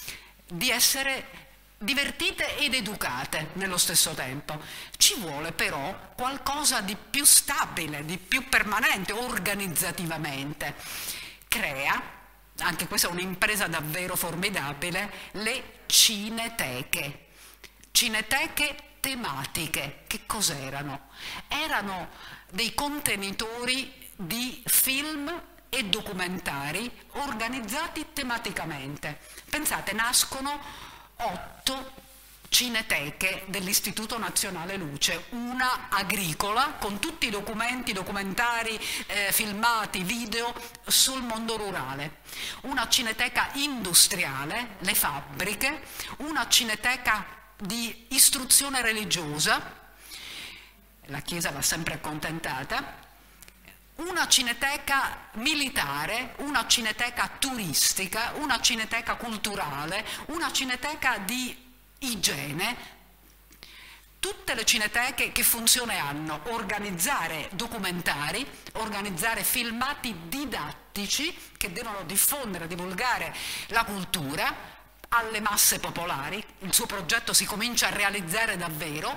di essere divertite ed educate nello stesso tempo. Ci vuole però qualcosa di più stabile, di più permanente, organizzativamente. Crea, anche questa è un'impresa davvero formidabile, le cineteche. Cineteche tematiche. Che cos'erano? Erano dei contenitori di film e documentari organizzati tematicamente. Pensate, nascono otto cineteche dell'Istituto Nazionale Luce, una agricola con tutti i documenti, documentari, eh, filmati, video sul mondo rurale, una cineteca industriale, le fabbriche, una cineteca di istruzione religiosa, la Chiesa l'ha sempre accontentata, una cineteca militare, una cineteca turistica, una cineteca culturale, una cineteca di igiene. Tutte le cineteche che funzione hanno? Organizzare documentari, organizzare filmati didattici che devono diffondere, divulgare la cultura alle masse popolari. Il suo progetto si comincia a realizzare davvero,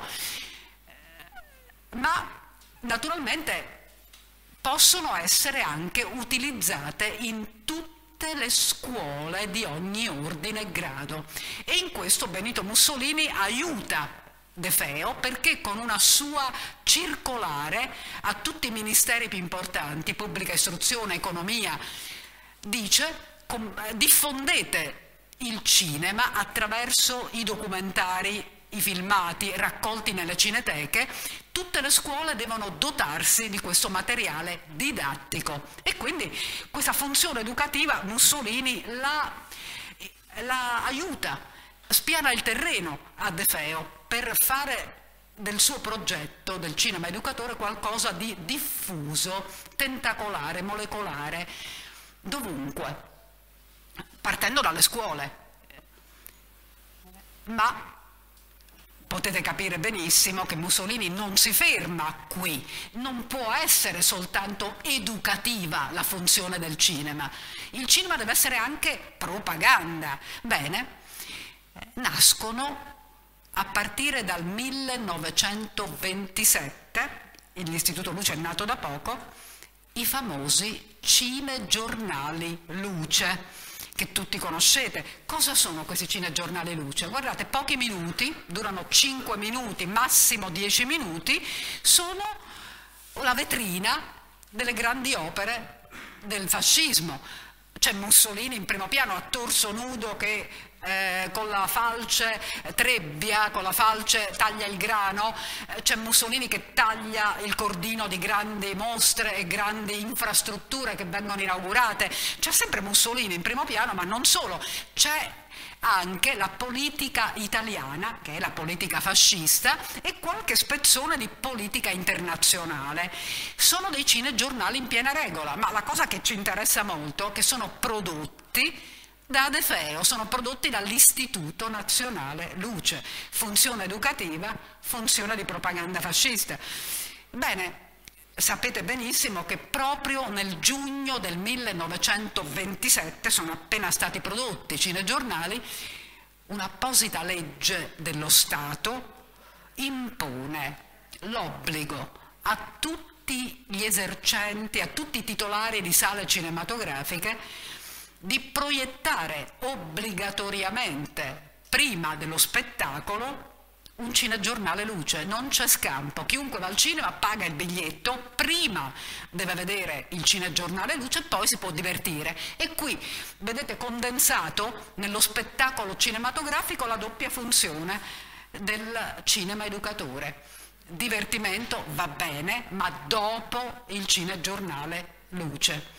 ma naturalmente possono essere anche utilizzate in tutte le scuole di ogni ordine e grado. E in questo Benito Mussolini aiuta De Feo, perché con una sua circolare a tutti i ministeri più importanti, pubblica istruzione, economia, dice: diffondete il cinema attraverso i documentari, i filmati raccolti nelle cineteche. Tutte le scuole devono dotarsi di questo materiale didattico, e quindi questa funzione educativa Mussolini la, la aiuta, spiana il terreno a De Feo per fare del suo progetto del cinema educatore qualcosa di diffuso, tentacolare, molecolare, dovunque, partendo dalle scuole. Ma potete capire benissimo che Mussolini non si ferma qui, non può essere soltanto educativa la funzione del cinema, il cinema deve essere anche propaganda. Bene, nascono a partire dal millenovecentoventisette, l'Istituto Luce è nato da poco, i famosi cinegiornali Luce, che tutti conoscete. Cosa sono questi cinegiornali Luce? Guardate, pochi minuti, durano cinque minuti, massimo dieci minuti, sono la vetrina delle grandi opere del fascismo. C'è Mussolini in primo piano a torso nudo che eh, con la falce trebbia, con la falce taglia il grano, eh, c'è Mussolini che taglia il cordino di grandi mostre e grandi infrastrutture che vengono inaugurate. C'è sempre Mussolini in primo piano, ma non solo, c'è anche la politica italiana, che è la politica fascista, e qualche spezzone di politica internazionale. Sono dei cinegiornali in piena regola, ma la cosa che ci interessa molto è che sono prodotti da De Feo, sono prodotti dall'Istituto Nazionale Luce, funzione educativa, funzione di propaganda fascista. Bene, sapete benissimo che proprio nel giugno del millenovecentoventisette sono appena stati prodotti cinegiornali. Un'apposita legge dello Stato impone l'obbligo a tutti gli esercenti, a tutti i titolari di sale cinematografiche di proiettare obbligatoriamente prima dello spettacolo un cinegiornale Luce. Non c'è scampo, chiunque va al cinema paga il biglietto, prima deve vedere il cinegiornale Luce e poi si può divertire. E qui vedete condensato nello spettacolo cinematografico la doppia funzione del cinema educatore. Divertimento va bene, ma dopo il cinegiornale Luce.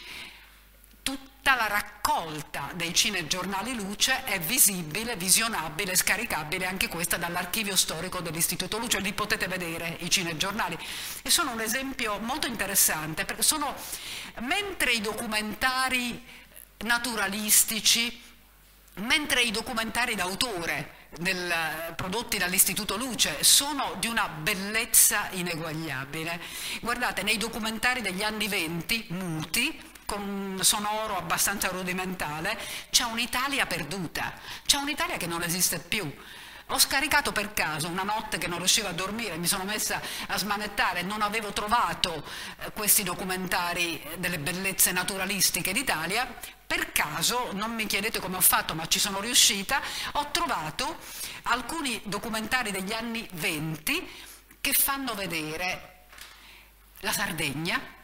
Tutta la raccolta dei cinegiornali Luce è visibile, visionabile, scaricabile anche questa dall'archivio storico dell'Istituto Luce. Li potete vedere i cinegiornali, e sono un esempio molto interessante, perché sono, mentre i documentari naturalistici, mentre i documentari d'autore del, prodotti dall'Istituto Luce sono di una bellezza ineguagliabile. Guardate, nei documentari degli anni venti, muti, con un sonoro abbastanza rudimentale, c'è un'Italia perduta, c'è un'Italia che non esiste più. Ho scaricato per caso, una notte che non riuscivo a dormire, mi sono messa a smanettare, non avevo trovato eh, questi documentari delle bellezze naturalistiche d'Italia. Per caso, non mi chiedete come ho fatto, ma ci sono riuscita, ho trovato alcuni documentari degli anni venti che fanno vedere la Sardegna.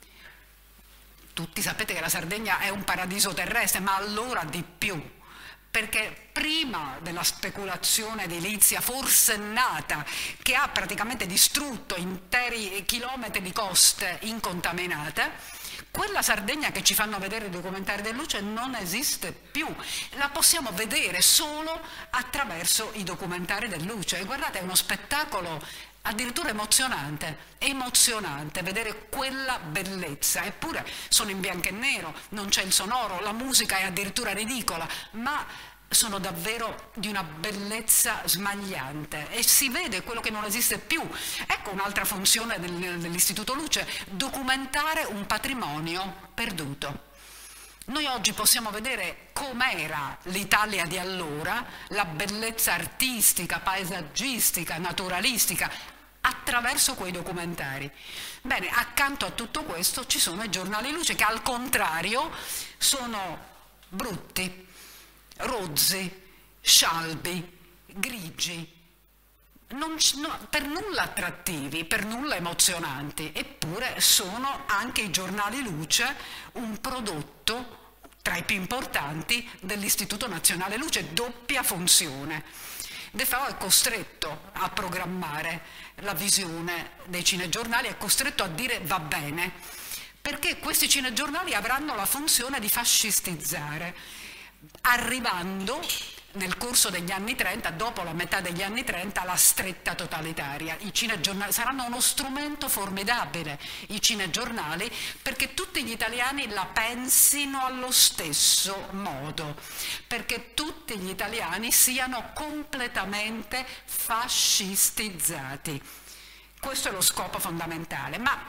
Tutti sapete che la Sardegna è un paradiso terrestre, ma allora di più, perché prima della speculazione edilizia forsennata che ha praticamente distrutto interi chilometri di coste incontaminate, quella Sardegna che ci fanno vedere i documentari del Luce non esiste più, la possiamo vedere solo attraverso i documentari del Luce. E guardate, è uno spettacolo addirittura emozionante, emozionante vedere quella bellezza, eppure sono in bianco e nero, non c'è il sonoro, la musica è addirittura ridicola, ma sono davvero di una bellezza smagliante e si vede quello che non esiste più. Ecco un'altra funzione del, dell'Istituto Luce, documentare un patrimonio perduto. Noi oggi possiamo vedere com'era l'Italia di allora, la bellezza artistica, paesaggistica, naturalistica, attraverso quei documentari. Bene, accanto a tutto questo ci sono i giornali luce che al contrario sono brutti, rozzi, scialbi, grigi, non, no, per nulla attrattivi, per nulla emozionanti, eppure sono anche i giornali luce un prodotto tra i più importanti dell'Istituto Nazionale Luce, doppia funzione. De Feo è costretto a programmare la visione dei cinegiornali, è costretto a dire va bene, perché questi cinegiornali avranno la funzione di fascistizzare, arrivando nel corso degli anni trenta, dopo la metà degli anni trenta, alla stretta totalitaria. I cinegiornali saranno uno strumento formidabile, i cinegiornali, perché tutti gli italiani la pensino allo stesso modo, perché tutti gli italiani siano completamente fascistizzati. Questo è lo scopo fondamentale, ma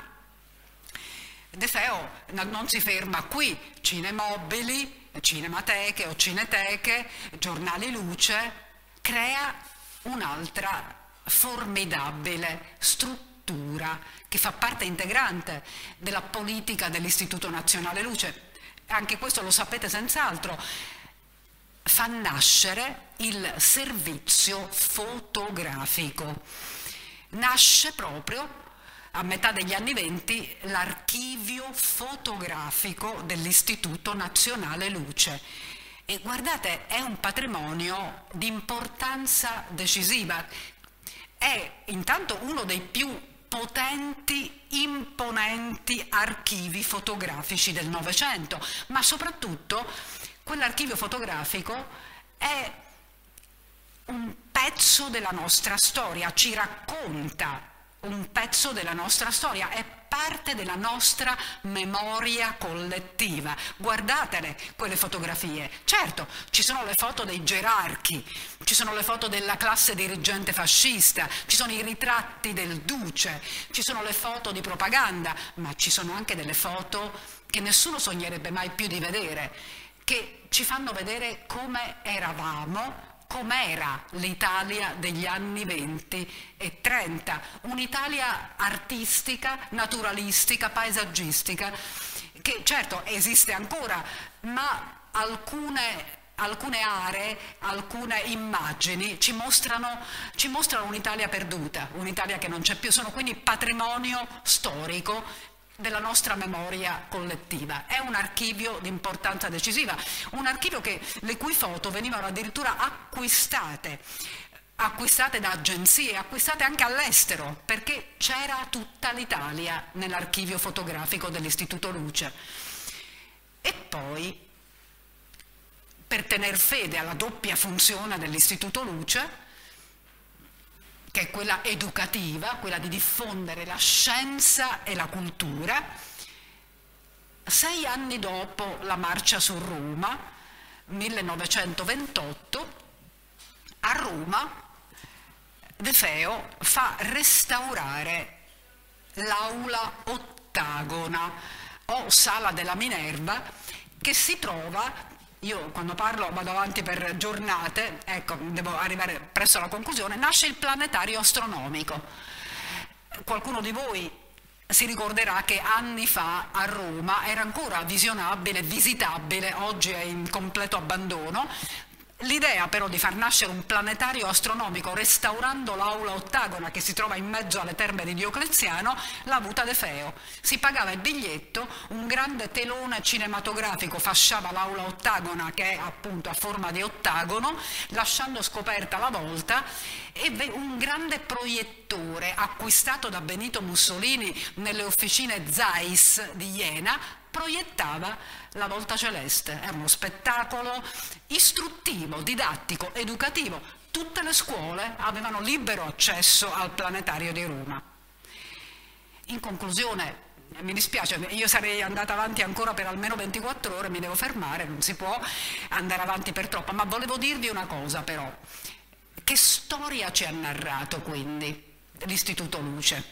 De Feo non si ferma qui, cinemobili, cinemateche o cineteche, giornali luce, crea un'altra formidabile struttura che fa parte integrante della politica dell'Istituto Nazionale Luce. Anche questo lo sapete senz'altro, fa nascere il servizio fotografico. Nasce proprio a metà degli anni venti l'archivio fotografico dell'Istituto Nazionale Luce. E guardate, è un patrimonio di importanza decisiva. È intanto uno dei più potenti, imponenti archivi fotografici del Novecento, ma soprattutto quell'archivio fotografico è un pezzo della nostra storia, ci racconta un pezzo della nostra storia, è parte della nostra memoria collettiva. Guardatele quelle fotografie. Certo, ci sono le foto dei gerarchi, ci sono le foto della classe dirigente fascista, ci sono i ritratti del duce, ci sono le foto di propaganda, ma ci sono anche delle foto che nessuno sognerebbe mai più di vedere, che ci fanno vedere come eravamo, com'era l'Italia degli anni venti e trenta, un'Italia artistica, naturalistica, paesaggistica, che certo esiste ancora, ma alcune, alcune aree, alcune immagini ci mostrano, ci mostrano un'Italia perduta, un'Italia che non c'è più, sono quindi patrimonio storico della nostra memoria collettiva. È un archivio di importanza decisiva, un archivio che, le cui foto venivano addirittura acquistate, acquistate da agenzie, acquistate anche all'estero, perché c'era tutta l'Italia nell'archivio fotografico dell'Istituto Luce. E poi, per tener fede alla doppia funzione dell'Istituto Luce, che è quella educativa, quella di diffondere la scienza e la cultura, sei anni dopo la marcia su Roma, millenovecentoventotto, a Roma De Feo fa restaurare l'aula ottagona o sala della Minerva, che si trova. Io quando parlo vado avanti per giornate, ecco, devo arrivare presso alla conclusione. Nasce il planetario astronomico. Qualcuno di voi si ricorderà che anni fa a Roma era ancora visionabile, visitabile, oggi è in completo abbandono. L'idea però di far nascere un planetario astronomico restaurando l'aula ottagona che si trova in mezzo alle terme di Diocleziano l'ha avuta De Feo. Si pagava il biglietto, un grande telone cinematografico fasciava l'aula ottagona, che è appunto a forma di ottagono, lasciando scoperta la volta, e un grande proiettore acquistato da Benito Mussolini nelle officine Zeiss di Iena proiettava La Volta Celeste. Era uno spettacolo istruttivo, didattico, educativo. Tutte le scuole avevano libero accesso al planetario di Roma. In conclusione, mi dispiace, io sarei andata avanti ancora per almeno ventiquattro ore, mi devo fermare, non si può andare avanti per troppo, ma volevo dirvi una cosa però. Che storia ci ha narrato quindi l'Istituto Luce?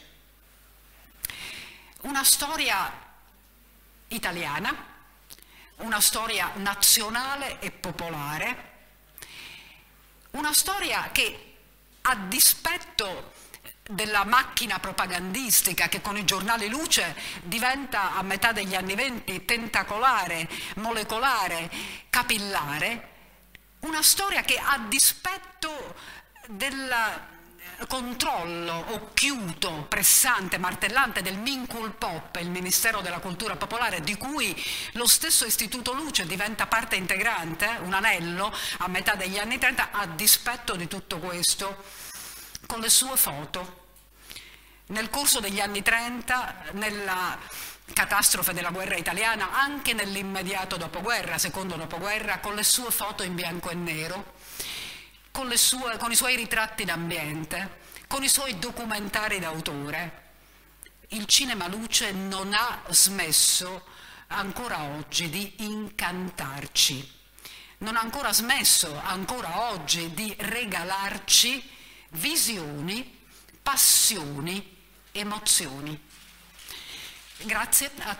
Una storia italiana, una storia nazionale e popolare, una storia che, a dispetto della macchina propagandistica che con i giornali luce diventa a metà degli anni venti tentacolare, molecolare, capillare, una storia che, a dispetto del controllo occhiuto, pressante, martellante del Minculpop, il Ministero della Cultura Popolare, di cui lo stesso Istituto Luce diventa parte integrante, un anello a metà degli anni trenta, a dispetto di tutto questo, con le sue foto, nel corso degli anni trenta, nella catastrofe della guerra italiana, anche nell'immediato dopoguerra, secondo dopoguerra, con le sue foto in bianco e nero, con, le sue, con i suoi ritratti d'ambiente, con i suoi documentari d'autore. Il cinema luce non ha smesso ancora oggi di incantarci, non ha ancora smesso ancora oggi di regalarci visioni, passioni, emozioni. Grazie a